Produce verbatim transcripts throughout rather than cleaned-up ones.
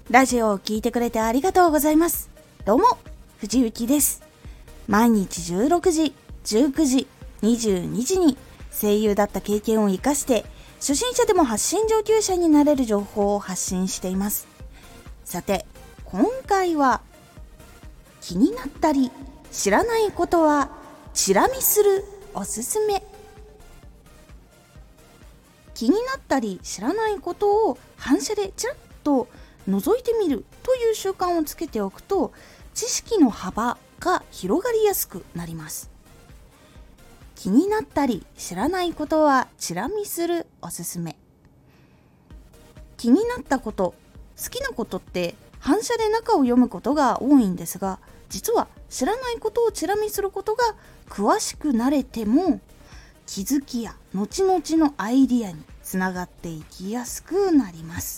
ラジオを聞いてくれてありがとうございます。どうも、藤幸です。毎日じゅうろくじ、じゅうくじ、にじゅうにじに声優だった経験を生かして初心者でも発信上級者になれる情報を発信しています。さて、今回は気になったり知らないことはチラ見するおすすめ。気になったり知らないことを反射でちらっと覗いてみるという習慣をつけておくと、知識の幅が広がりやすくなります。気になったり知らないことはチラ見するおすすめ。気になったこと、好きなことって反射で中を読むことが多いんですが、実は知らないことをチラ見することが詳しくなれても気づきや後々のアイディアにつながっていきやすくなります。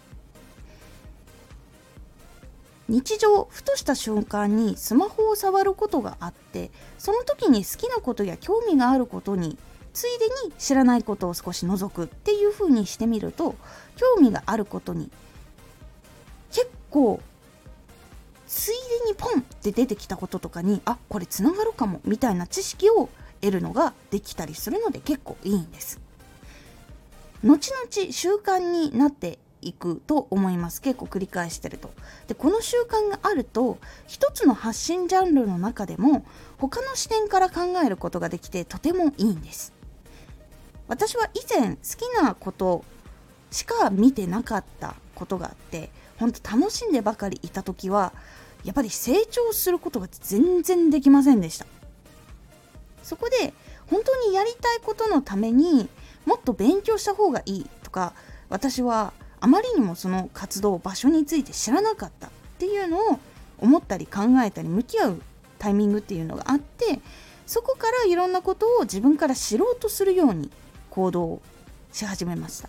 日常ふとした瞬間にスマホを触ることがあって、その時に好きなことや興味があることについでに知らないことを少し覗くっていう風にしてみると、興味があることに結構ついでにポンって出てきたこととかに、あ、これつながるかもみたいな知識を得るのができたりするので結構いいんです。後々習慣になっていくと思います。結構繰り返してると。で、この習慣があると一つの発信ジャンルの中でも他の視点から考えることができてとてもいいんです。私は以前好きなことしか見てなかったことがあって、本当楽しんでばかりいた時はやっぱり成長することが全然できませんでした。そこで本当にやりたいことのためにもっと勉強した方がいいとか、私はあまりにもその活動場所について知らなかったっていうのを思ったり考えたり向き合うタイミングっていうのがあって、そこからいろんなことを自分から知ろうとするように行動し始めました。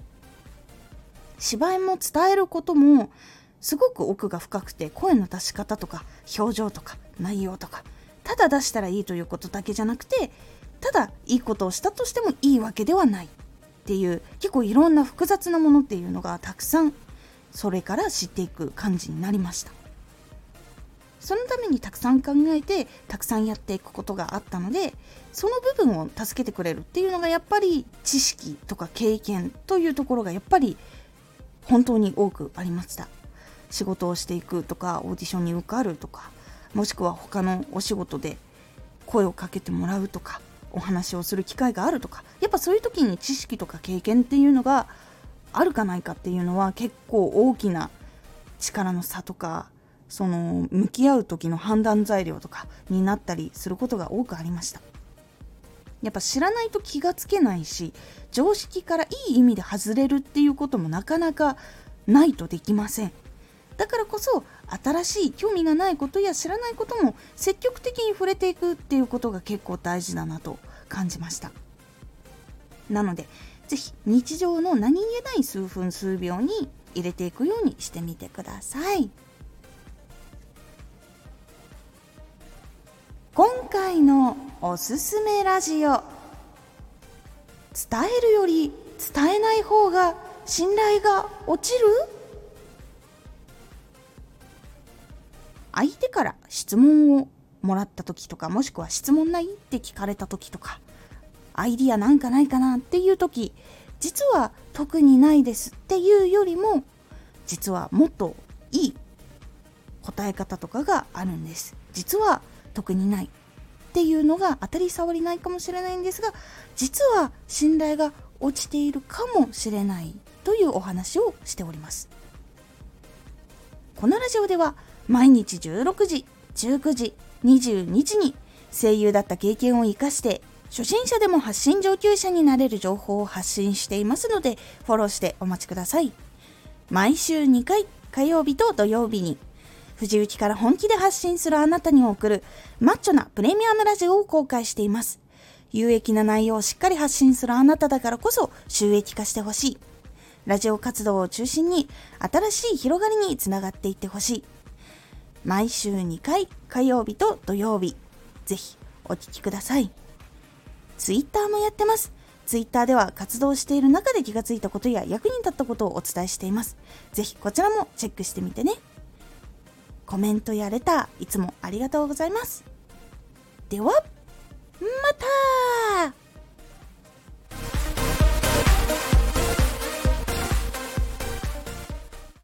芝居も伝えることもすごく奥が深くて、声の出し方とか表情とか内容とか、ただ出したらいいということだけじゃなくて、ただいいことをしたとしてもいいわけではないっていう、結構いろんな複雑なものっていうのがたくさんそれから知っていく感じになりました。そのためにたくさん考えてたくさんやっていくことがあったので、その部分を助けてくれるっていうのがやっぱり知識とか経験というところがやっぱり本当に多くありました。仕事をしていくとか、オーディションに受かるとか、もしくは他のお仕事で声をかけてもらうとか、お話をする機会があるとか、やっぱそういう時に知識とか経験っていうのがあるかないかっていうのは結構大きな力の差とか、その向き合う時の判断材料とかになったりすることが多くありました。やっぱ知らないと気がつけないし、常識からいい意味で外れるっていうこともなかなかないとできません。だからこそ新しい興味がないことや知らないことも積極的に触れていくっていうことが結構大事だなと感じました。なのでぜひ日常の何気ない数分数秒に入れていくようにしてみてください。今回のおすすめラジオ、伝えるより伝えない方が信頼が落ちる？相手から質問をもらった時とか、もしくは質問ないって聞かれた時とか、アイディアなんかないかなっていう時、実は特にないですっていうよりも、実はもっといい答え方とかがあるんです。実は特にないっていうのが当たり障りないかもしれないんですが、実は信頼が落ちているかもしれないというお話をしております。このラジオでは毎日じゅうろくじ、じゅうくじ、にじゅうにじに声優だった経験を生かして初心者でも発信上級者になれる情報を発信していますので、フォローしてお待ちください。毎週にかい、火曜日と土曜日に藤雪から本気で発信するあなたに送るマッチョなプレミアムラジオを公開しています。有益な内容をしっかり発信するあなただからこそ収益化してほしい。ラジオ活動を中心に新しい広がりにつながっていってほしい。毎週にかい、火曜日と土曜日、ぜひお聞きください。ツイッターもやってます。 Twitter では活動している中で気がついたことや役に立ったことをお伝えしています。ぜひこちらもチェックしてみてね。コメントやレターいつもありがとうございます。ではまた。